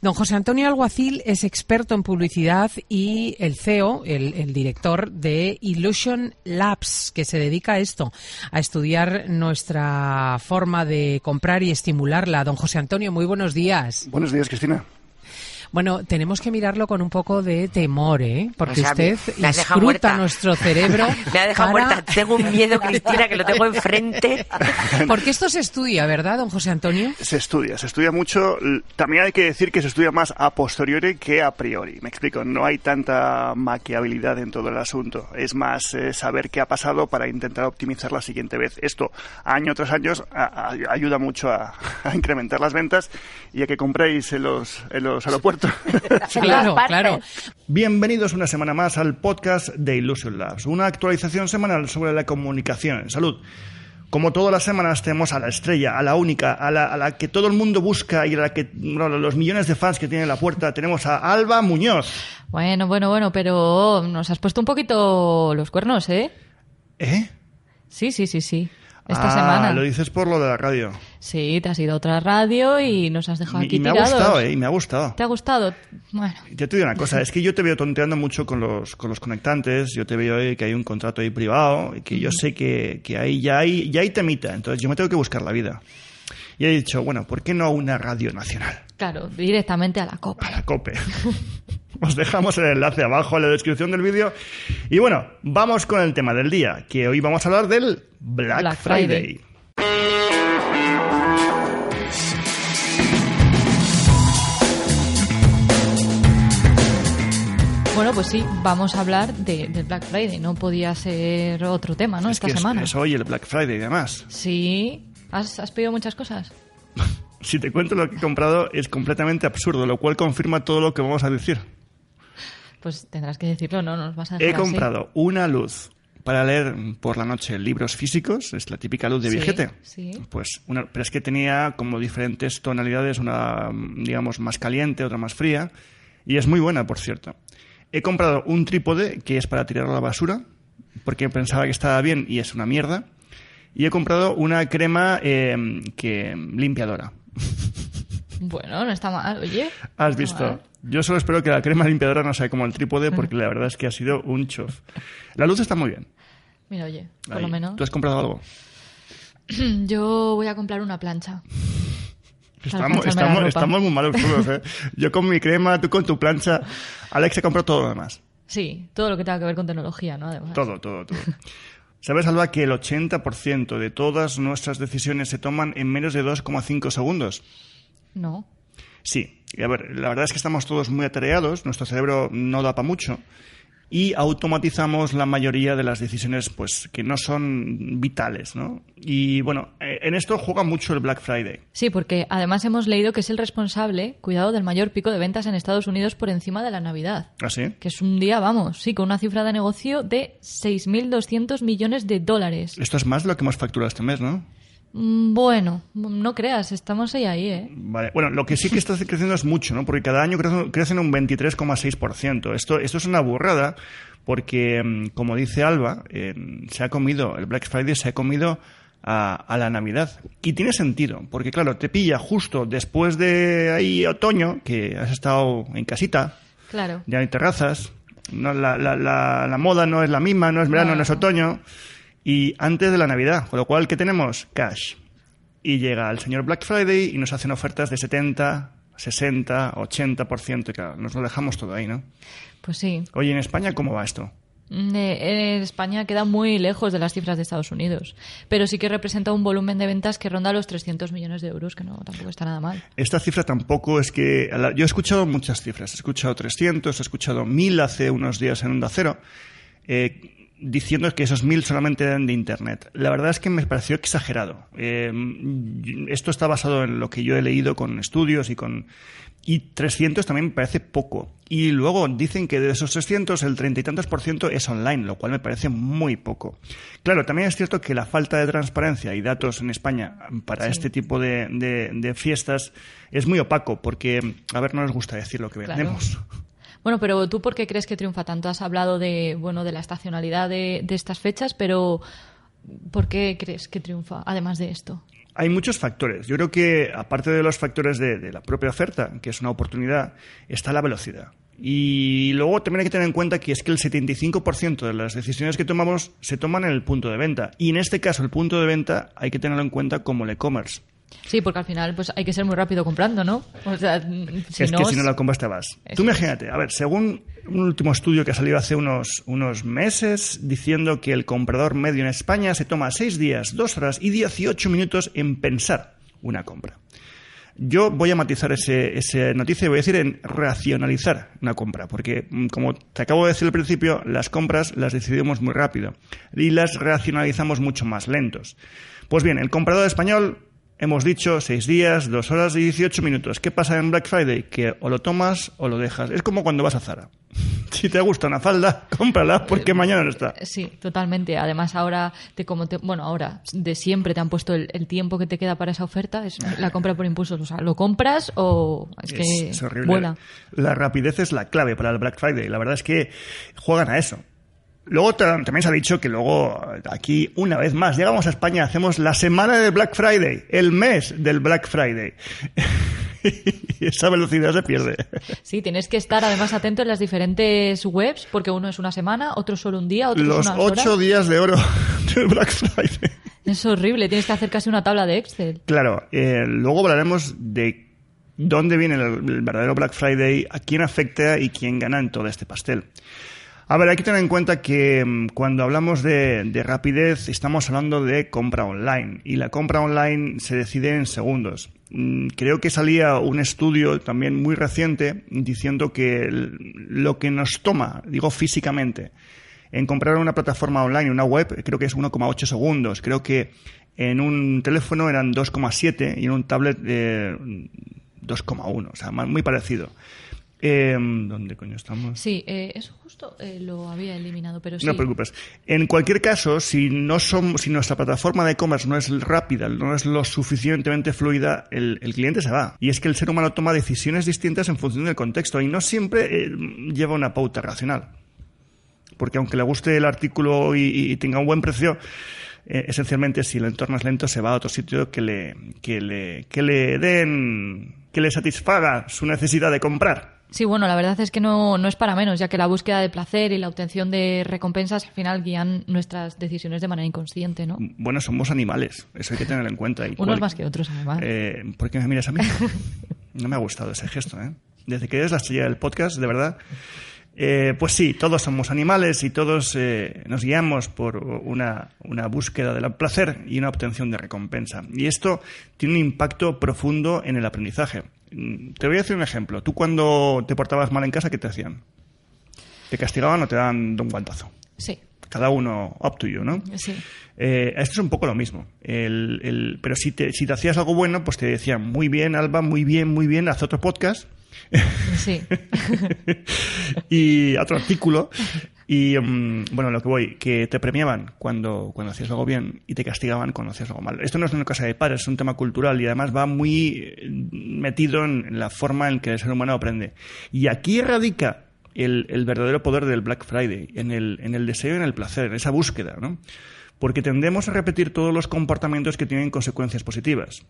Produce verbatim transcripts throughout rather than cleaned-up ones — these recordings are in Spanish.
Don José Antonio Alguacil es experto en publicidad y el C E O, el, el director de Illusion Labs, que se dedica a esto, a estudiar nuestra forma de comprar y estimularla. Don José Antonio, muy buenos días. Buenos días, Cristina. Bueno, tenemos que mirarlo con un poco de temor, ¿eh? Porque o sea, usted escruta nuestro cerebro. Me ha dejado para... muerta. Tengo un miedo, Cristina, que lo tengo enfrente. Porque esto se estudia, ¿verdad, don José Antonio? Se estudia, se estudia mucho. También hay que decir que se estudia más a posteriori que a priori. Me explico, no hay tanta maquiabilidad en todo el asunto. Es más eh, saber qué ha pasado para intentar optimizar la siguiente vez. Esto, año tras año, a, a, ayuda mucho a, a incrementar las ventas y a que compréis en los, en los aeropuertos. Sí, claro, claro. Bienvenidos una semana más al podcast de Illusion Labs, una actualización semanal sobre la comunicación en salud. Como todas las semanas tenemos a la estrella, a la única, a la, a la que todo el mundo busca y a la que bueno, los millones de fans que tiene en la puerta, tenemos a Alba Muñoz. Bueno, bueno, bueno, pero nos has puesto un poquito los cuernos, ¿eh? ¿Eh? Sí, sí, sí, sí. Esta ah, semana. Lo dices por lo de la radio. Sí, te has ido a otra radio y nos has dejado y, aquí y me tirados. ha gustado, ¿eh? Y me ha gustado. ¿Te ha gustado? Bueno. Ya te digo una cosa, es que yo te veo tonteando mucho con los con los conectantes, yo te veo ahí que hay un contrato ahí privado y que yo sé que, que ahí ya hay, ya hay temita, entonces yo me tengo que buscar la vida. Y he dicho, bueno, ¿por qué no una radio nacional? Claro, directamente a la COPE. A la COPE. Os dejamos el enlace abajo en la descripción del vídeo. Y bueno, vamos con el tema del día, que hoy vamos a hablar del Black, Black Friday. Friday. Bueno, pues sí, vamos a hablar de, de Black Friday. No podía ser otro tema, ¿no? Es Esta que semana. Es, es hoy el Black Friday, además. Sí. ¿Has, has pedido muchas cosas? Si te cuento lo que he comprado, es completamente absurdo, lo cual confirma todo lo que vamos a decir. Pues tendrás que decirlo, ¿no? Nos vas a dejar He comprado así. una luz para leer por la noche libros físicos, es la típica luz de Sí, viejete. sí. Pues una, pero es que tenía como diferentes tonalidades, una, digamos, más caliente, otra más fría, y es muy buena, por cierto. He comprado un trípode que es para tirar a la basura, porque pensaba que estaba bien y es una mierda. Y he comprado una crema eh, que limpiadora. Bueno, no está mal, oye. ¿Has no visto? mal. Yo solo espero que la crema limpiadora no sea como el trípode, porque la verdad es que ha sido un chof. La luz está muy bien. Mira, oye, por Ahí. lo menos. ¿Tú has comprado algo? Yo voy a comprar una plancha. Estamos, estamos, estamos muy malos todos, ¿eh? Yo con mi crema, tú con tu plancha. Alex se compró todo lo demás. Sí, todo lo que tenga que ver con tecnología, ¿no? Además. Todo, todo, todo. ¿Sabes, Alba, que el ochenta por ciento de todas nuestras decisiones se toman en menos de dos coma cinco segundos? No. Sí. Y a ver, la verdad es que estamos todos muy atareados, nuestro cerebro no da para mucho y automatizamos la mayoría de las decisiones pues que no son vitales, ¿no? Y bueno, en esto juega mucho el Black Friday. Sí, porque además hemos leído que es el responsable, cuidado, del mayor pico de ventas en Estados Unidos por encima de la Navidad. ¿Ah, sí? Que es un día, vamos, sí, con una cifra de negocio de seis mil doscientos millones de dólares. Esto es más de lo que hemos facturado este mes, ¿no? Bueno, no creas, estamos ahí, ahí, ¿eh? Vale. Bueno, lo que sí que está creciendo es mucho, ¿no? Porque cada año crecen, crecen un veintitrés coma seis por ciento. Esto, esto es una burrada porque, como dice Alba, eh, se ha comido, el Black Friday se ha comido a, a la Navidad. Y tiene sentido, porque claro, te pilla justo después de ahí otoño, que has estado en casita, Claro. ya hay terrazas, no, la, la, la, la moda no es la misma, no es verano, No. no es otoño, y antes de la Navidad, con lo cual, ¿qué tenemos? Cash. Y llega el señor Black Friday y nos hacen ofertas de setenta, sesenta, ochenta por ciento, y claro, nos lo dejamos todo ahí, ¿no? Pues sí. Oye, ¿en España cómo va esto? Eh, en España queda muy lejos de las cifras de Estados Unidos, pero sí que representa un volumen de ventas que ronda los trescientos millones de euros, que no tampoco está nada mal. Esta cifra tampoco es que... Yo he escuchado muchas cifras, he escuchado trescientos, he escuchado mil hace unos días en Onda Cero, eh, diciendo que esos mil solamente eran de Internet. La verdad es que me pareció exagerado. Eh, esto está basado en lo que yo he leído con estudios y con... Y trescientos también me parece poco. Y luego dicen que de esos trescientos el treinta y tantos por ciento es online, lo cual me parece muy poco. Claro, también es cierto que la falta de transparencia y datos en España para sí. este tipo de, de, de fiestas es muy opaco, porque, a ver, no nos gusta decir lo que vendemos. Claro. Bueno, pero ¿tú por qué crees que triunfa tanto? Has hablado de, bueno, de la estacionalidad de, de estas fechas, pero ¿por qué crees que triunfa, además de esto? Hay muchos factores. Yo creo que, aparte de los factores de, de la propia oferta, que es una oportunidad, está la velocidad. Y luego también hay que tener en cuenta que es que el setenta y cinco por ciento de las decisiones que tomamos se toman en el punto de venta. Y en este caso, el punto de venta hay que tenerlo en cuenta como el e-commerce. Sí, porque al final pues hay que ser muy rápido comprando, ¿no? O sea, si es no, que si no la compras te vas. Eso Tú imagínate, a ver, según un último estudio que ha salido hace unos, unos meses diciendo que el comprador medio en España se toma seis días, dos horas y dieciocho minutos en pensar una compra. Yo voy a matizar ese, esa noticia y voy a decir en racionalizar una compra, porque como te acabo de decir al principio, las compras las decidimos muy rápido y las racionalizamos mucho más lentos. Pues bien, el comprador español, hemos dicho seis días, dos horas y dieciocho minutos. ¿Qué pasa en Black Friday? Que o lo tomas o lo dejas. Es como cuando vas a Zara. Si te gusta una falda, cómprala porque mañana no está. Sí, totalmente. Además ahora, te, como te, bueno, ahora de siempre te han puesto el, el tiempo que te queda para esa oferta, es la compra por impulsos. O sea, lo compras o es que es, es horrible. Vuela. La rapidez es la clave para el Black Friday. La verdad es que juegan a eso. Luego también se ha dicho que luego aquí, una vez más, llegamos a España, hacemos la semana de Black Friday, el mes del Black Friday. Y esa velocidad se pierde. Sí, tienes que estar además atento en las diferentes webs, porque uno es una semana, otro solo un día, otro Los es unas ocho horas. días de oro del Black Friday. Es horrible, tienes que hacer casi una tabla de Excel. Claro, eh, luego hablaremos de dónde viene el, el verdadero Black Friday, a quién afecta y quién gana en todo este pastel. A ver, hay que tener en cuenta que um, cuando hablamos de, de rapidez estamos hablando de compra online y la compra online se decide en segundos. Mm, creo que salía un estudio también muy reciente diciendo que el, lo que nos toma, digo físicamente, en comprar una plataforma online, una web, creo que es uno coma ocho segundos. Creo que en un teléfono eran dos coma siete y en un tablet eh, dos coma uno, o sea, muy parecido. Eh, ¿Dónde coño estamos? Sí, eh, eso justo eh, lo había eliminado, pero sí. No te preocupes. En cualquier caso, si no somos, si nuestra plataforma de e-commerce no es rápida, no es lo suficientemente fluida, el, el cliente se va. Y es que el ser humano toma decisiones distintas en función del contexto y no siempre eh, lleva una pauta racional. Porque aunque le guste el artículo y, y tenga un buen precio, eh, esencialmente si el entorno es lento se va a otro sitio que le, que le, que le den, que le satisfaga su necesidad de comprar. Sí, bueno, la verdad es que no, no es para menos, ya que la búsqueda de placer y la obtención de recompensas al final guían nuestras decisiones de manera inconsciente, ¿no? Bueno, somos animales, eso hay que tenerlo en cuenta. Y Unos cual, más que otros, además. Eh, ¿Por qué me miras a mí? No me ha gustado ese gesto, ¿eh? Desde que eres la estrella del podcast, de verdad. Eh, pues sí, todos somos animales y todos eh, nos guiamos por una, una búsqueda del placer y una obtención de recompensa. Y esto tiene un impacto profundo en el aprendizaje. Te voy a decir un ejemplo. Tú cuando te portabas mal en casa, ¿qué te hacían? ¿Te castigaban o te daban un guantazo? Sí. Cada uno up to you, ¿no? Sí. Eh, esto es un poco lo mismo. El, el, pero si te, si te hacías algo bueno, pues te decían, muy bien, Alba, muy bien, muy bien, haz otro podcast. Sí. Y otro artículo. Y, um, bueno, lo que voy, que te premiaban cuando, cuando hacías algo bien y te castigaban cuando hacías algo mal. Esto no es una cosa de padres, es un tema cultural y además va muy metido en la forma en que el ser humano aprende. Y aquí radica el, el verdadero poder del Black Friday, en el, en el deseo y en el placer, en esa búsqueda, ¿no? Porque tendemos a repetir todos los comportamientos que tienen consecuencias positivas.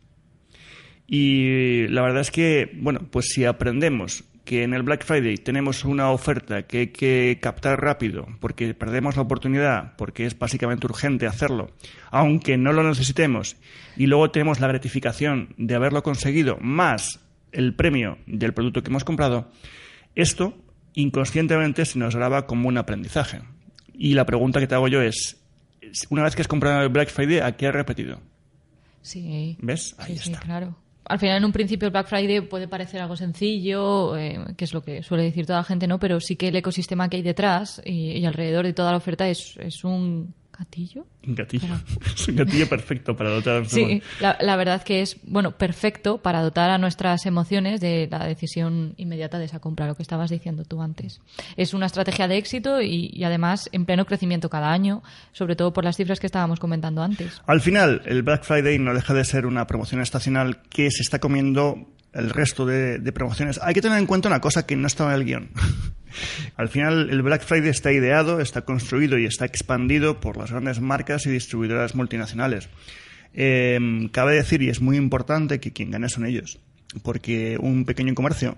Y la verdad es que, bueno, pues si aprendemos que en el Black Friday tenemos una oferta que hay que captar rápido porque perdemos la oportunidad, porque es básicamente urgente hacerlo, aunque no lo necesitemos, y luego tenemos la gratificación de haberlo conseguido más el premio del producto que hemos comprado, esto inconscientemente se nos graba como un aprendizaje. Y la pregunta que te hago yo es, una vez que has comprado el Black Friday, ¿a qué has repetido? Sí. ¿Ves? Ahí sí, está. Sí, claro. Al final, en un principio, el Black Friday puede parecer algo sencillo, eh, que es lo que suele decir toda la gente, ¿no? Pero sí que el ecosistema que hay detrás y, y alrededor de toda la oferta es, es un gatillo. Un gatillo. Claro. Es un gatillo perfecto para dotar a nuestro Sí, humano. la, la verdad que es, bueno, perfecto para dotar a nuestras emociones de la decisión inmediata de esa compra, lo que estabas diciendo tú antes. Es una estrategia de éxito y, y además en pleno crecimiento cada año, sobre todo por las cifras que estábamos comentando antes. Al final, el Black Friday no deja de ser una promoción estacional que se está comiendo el resto de, de promociones. Hay que tener en cuenta una cosa que no estaba en el guión. Al final, el Black Friday está ideado, está construido y está expandido por las grandes marcas y distribuidoras multinacionales. Eh, cabe decir, y es muy importante, que quien gana son ellos. Porque un pequeño comercio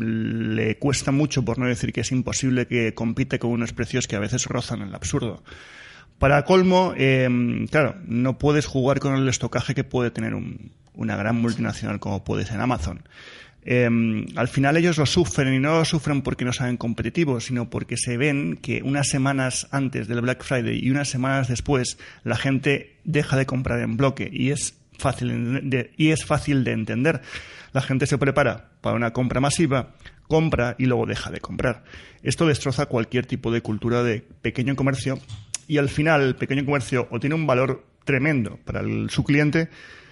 le cuesta mucho, por no decir que es imposible, que compite con unos precios que a veces rozan el absurdo. Para colmo, eh, claro, no puedes jugar con el estocaje que puede tener un, una gran multinacional como puede ser Amazon. Eh, al final ellos lo sufren, y no lo sufren porque no saben competitivos, sino porque se ven que unas semanas antes del Black Friday y unas semanas después la gente deja de comprar en bloque, y es fácil de, y es fácil de entender. La gente se prepara para una compra masiva, compra y luego deja de comprar. Esto destroza cualquier tipo de cultura de pequeño comercio, y al final el pequeño comercio o tiene un valor tremendo para el, su cliente,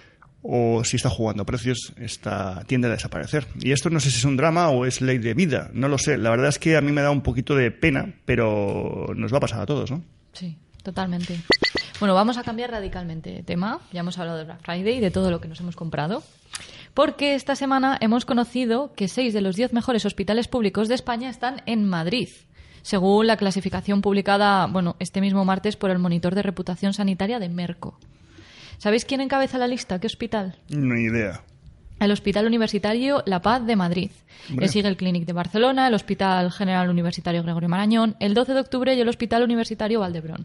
o si está jugando a precios, está, tiende a desaparecer. Y esto no sé si es un drama o es ley de vida, no lo sé. La verdad es que a mí me da un poquito de pena, pero nos va a pasar a todos, ¿no? Sí, totalmente. Bueno, vamos a cambiar radicalmente de tema. Ya hemos hablado de Black Friday y de todo lo que nos hemos comprado. Porque esta semana hemos conocido que seis de los diez mejores hospitales públicos de España están en Madrid, según la clasificación publicada, bueno, este mismo martes por el Monitor de Reputación Sanitaria de Merco. ¿Sabéis quién encabeza la lista? ¿Qué hospital? Ni idea. El Hospital Universitario La Paz de Madrid. Le sigue el Clínic de Barcelona, el Hospital General Universitario Gregorio Marañón, el doce de octubre y el Hospital Universitario Valdebrón.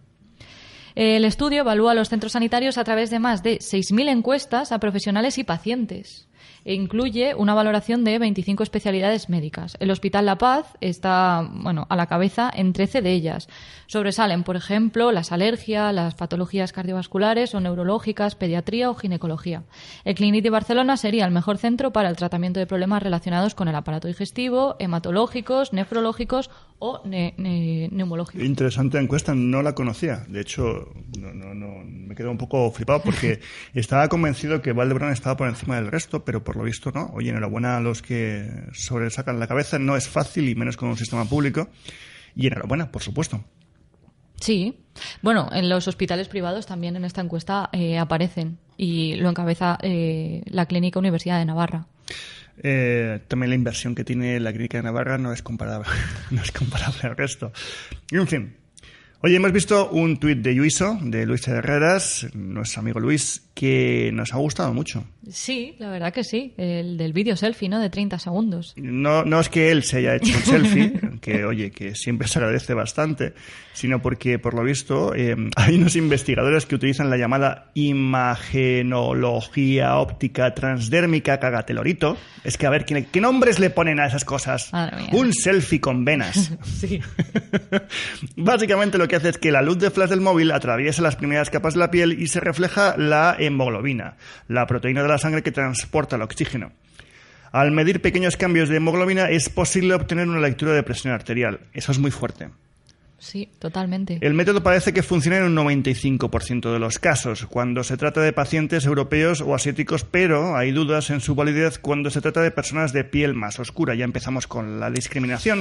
El estudio evalúa los centros sanitarios a través de más de seis mil encuestas a profesionales y pacientes e incluye una valoración de veinticinco especialidades médicas. El Hospital La Paz está, bueno, a la cabeza en trece de ellas. Sobresalen, por ejemplo, las alergias, las patologías cardiovasculares o neurológicas, pediatría o ginecología. El Clínic de Barcelona sería el mejor centro para el tratamiento de problemas relacionados con el aparato digestivo, hematológicos, nefrológicos o ne- ne- neumológicos. Interesante encuesta, no la conocía. De hecho, no, no, no, me quedo un poco flipado porque estaba convencido que Valdebrón estaba por encima del resto, pero por lo visto no. Oye, enhorabuena a los que sobresacan la cabeza. No es fácil, y menos con un sistema público. Y enhorabuena, por supuesto. Sí. Bueno, en los hospitales privados también en esta encuesta eh, aparecen, y lo encabeza eh, la Clínica Universidad de Navarra. Eh, también la inversión que tiene la Clínica de Navarra no es comparable, no es comparable al resto. Y en fin. Oye, hemos visto un tuit de Lluiso, de Luis Herreras, nuestro amigo Luis, que nos ha gustado mucho. Sí, la verdad que sí. El del vídeo selfie, ¿no? De treinta segundos. No, no es que él se haya hecho un selfie, que oye, que siempre se agradece bastante, sino porque, por lo visto, eh, hay unos investigadores que utilizan la llamada imagenología óptica transdérmica cagatelorito. Es que, a ver, ¿qué, qué nombres le ponen a esas cosas? Madre mía. Un selfie con venas. Sí. Básicamente lo que hace es que la luz de flash del móvil atraviesa las primeras capas de la piel y se refleja la hemoglobina, la proteína de la sangre que transporta el oxígeno. Al medir pequeños cambios de hemoglobina es posible obtener una lectura de presión arterial. Eso es muy fuerte. Sí, totalmente. El método parece que funciona en un noventa y cinco por ciento de los casos, cuando se trata de pacientes europeos o asiáticos, pero hay dudas en su validez cuando se trata de personas de piel más oscura. Ya empezamos con la discriminación.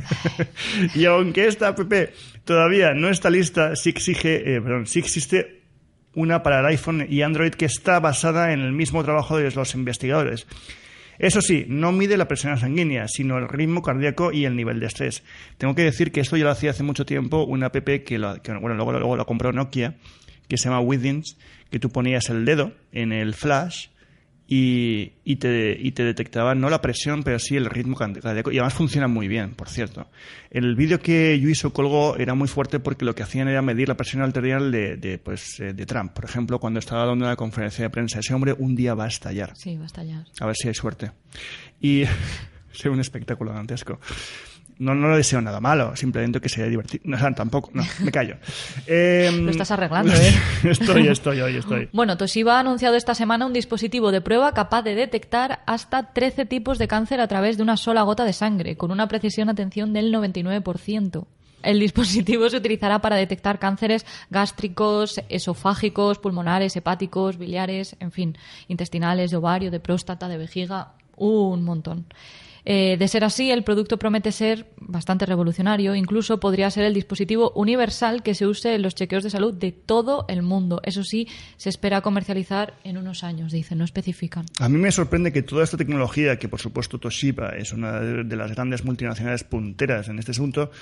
Y aunque esta app todavía no está lista, sí exige, eh, perdón, sí existe una para el iPhone y Android que está basada en el mismo trabajo de los investigadores. Eso sí, no mide la presión sanguínea, sino el ritmo cardíaco y el nivel de estrés. Tengo que decir que esto ya lo hacía hace mucho tiempo una app que, lo, que bueno, luego, luego lo compró Nokia, que se llama Withings, que tú ponías el dedo en el flash y, y, te, y te detectaba no la presión, pero sí el ritmo cardíaco. Y además funciona muy bien, por cierto. El vídeo que Lluiso colgó era muy fuerte porque lo que hacían era medir la presión arterial de, de, pues, de Trump. Por ejemplo, cuando estaba dando una conferencia de prensa. Ese hombre un día va a estallar. Sí, va a estallar. A ver si hay suerte. Y es un espectáculo dantesco. No, no le deseo nada malo, simplemente que sea divertido. No, tampoco, no, me callo. Eh, Lo estás arreglando, ¿eh? Estoy, estoy, hoy estoy. Bueno, Toshiba ha anunciado esta semana un dispositivo de prueba capaz de detectar hasta trece tipos de cáncer a través de una sola gota de sangre, con una precisión, atención, del noventa y nueve por ciento. El dispositivo se utilizará para detectar cánceres gástricos, esofágicos, pulmonares, hepáticos, biliares, en fin, intestinales, de ovario, de próstata, de vejiga, un montón. Eh, de ser así, el producto promete ser bastante revolucionario. Incluso podría ser el dispositivo universal que se use en los chequeos de salud de todo el mundo. Eso sí, se espera comercializar en unos años, dicen, no especifican. A mí me sorprende que toda esta tecnología, que por supuesto Toshiba es una de las grandes multinacionales punteras en este asunto,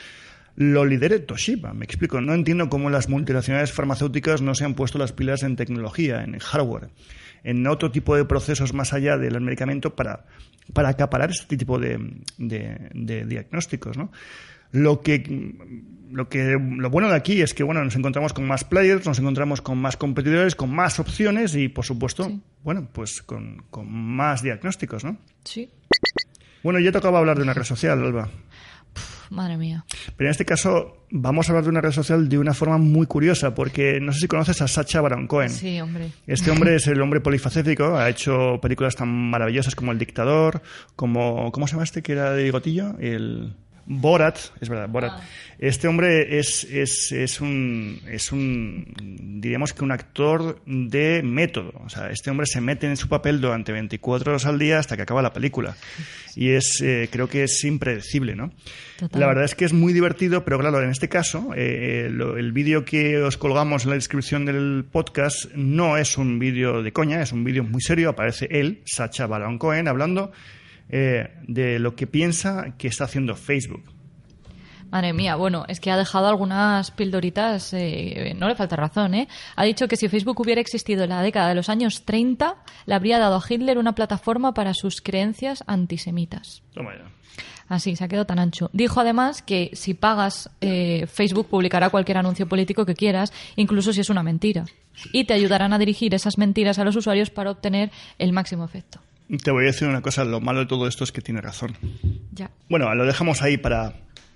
lo lidere Toshiba. Me explico, no entiendo cómo las multinacionales farmacéuticas no se han puesto las pilas en tecnología, en hardware, en otro tipo de procesos más allá del medicamento para, para acaparar este tipo de, de, de diagnósticos, ¿no? Lo que, lo que, lo bueno de aquí es que, bueno, nos encontramos con más players, nos encontramos con más competidores, con más opciones y, por supuesto, sí. bueno, pues con, con más diagnósticos, ¿no? Sí. Bueno, ya tocaba hablar de una red social, Alba. Puf, madre mía. Pero en este caso vamos a hablar de una red social de una forma muy curiosa, porque no sé si conoces a Sacha Baron Cohen. Sí, hombre. Este hombre es el hombre polifacético, ha hecho películas tan maravillosas como El Dictador, como... ¿Cómo se llama este que era de bigotillo? El... Borat, es verdad, Borat. Ah. Este hombre es, es, es un, es un, diríamos que un actor de método. O sea, este hombre se mete en su papel durante veinticuatro horas al día hasta que acaba la película. Y es, eh, creo que es impredecible, ¿no? Total. La verdad es que es muy divertido, pero claro, en este caso, eh, lo, el vídeo que os colgamos en la descripción del podcast no es un vídeo de coña, es un vídeo muy serio. Aparece él, Sacha Baron Cohen, hablando Eh, de lo que piensa que está haciendo Facebook. Madre mía, bueno, es que ha dejado algunas pildoritas, eh, no le falta razón, ¿eh? Ha dicho que si Facebook hubiera existido en la década de los años treinta, le habría dado a Hitler una plataforma para sus creencias antisemitas. Toma ya. Así, se ha quedado tan ancho. Dijo además que si pagas, eh, Facebook publicará cualquier anuncio político que quieras, incluso si es una mentira. Y te ayudarán a dirigir esas mentiras a los usuarios para obtener el máximo efecto. Te voy a decir una cosa, lo malo de todo esto es que tiene razón. Ya. Bueno, lo dejamos ahí para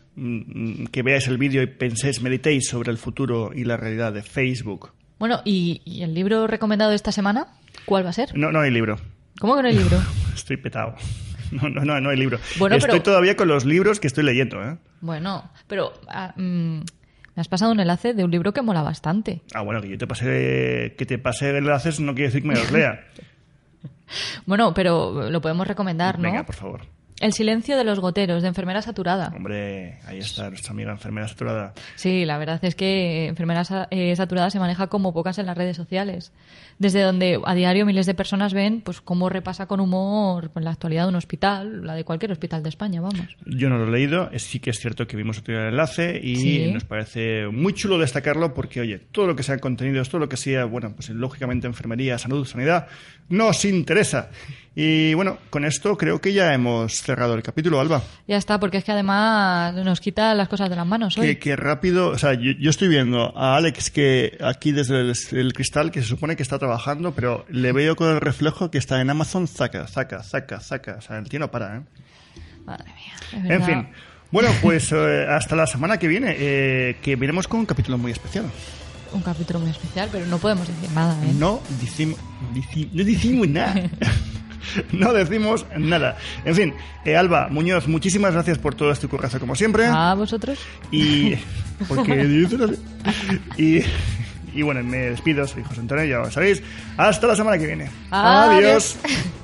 mm, que veáis el vídeo y penséis, meditéis sobre el futuro y la realidad de Facebook. Bueno, ¿y, ¿y el libro recomendado de esta semana? ¿Cuál va a ser? No, no hay libro. ¿Cómo que no hay libro? Estoy petado. No, no, no, no hay libro. Bueno, estoy pero... todavía con los libros que estoy leyendo, ¿eh? Bueno, pero... Uh, mm... me has pasado un enlace de un libro que mola bastante. Ah, bueno, que yo te pase, que te pase enlaces no quiere decir que me los lea. Bueno, pero lo podemos recomendar, ¿no? Venga, por favor. El silencio de los goteros, de Enfermera Saturada. Hombre, ahí está nuestra amiga Enfermera Saturada. Sí, la verdad es que Enfermera eh, Saturada se maneja como pocas en las redes sociales. Desde donde a diario miles de personas ven pues cómo repasa con humor pues, la actualidad de un hospital, la de cualquier hospital de España, vamos. Yo no lo he leído, sí que es cierto que vimos el enlace y ¿Sí? nos parece muy chulo destacarlo porque, oye, todo lo que sean contenidos, todo lo que sea, bueno, pues lógicamente enfermería, salud, sanidad, nos interesa. Y bueno, con esto creo que ya hemos cerrado el capítulo, Alba. Ya está, porque es que además nos quita las cosas de las manos hoy. Qué, qué rápido, o sea, yo, yo estoy viendo a Alex que aquí desde el, el cristal, que se supone que está trabajando, pero le veo con el reflejo que está en Amazon, zaca, zaca, zaca, zaca. O sea, el tío no para, ¿eh? Madre mía. Es verdad. En fin, bueno, pues eh, hasta la semana que viene, eh, que veremos con un capítulo muy especial. Un capítulo muy especial, pero no podemos decir nada, ¿eh? No decimos, dici, no decimos nada. No decimos nada. En fin, eh, Alba Muñoz, muchísimas gracias por todo este currazo como siempre. A vosotros. Y porque dices así. Y, y bueno, me despido, soy José Antonio, ya lo sabéis. Hasta la semana que viene. Adiós. Adiós.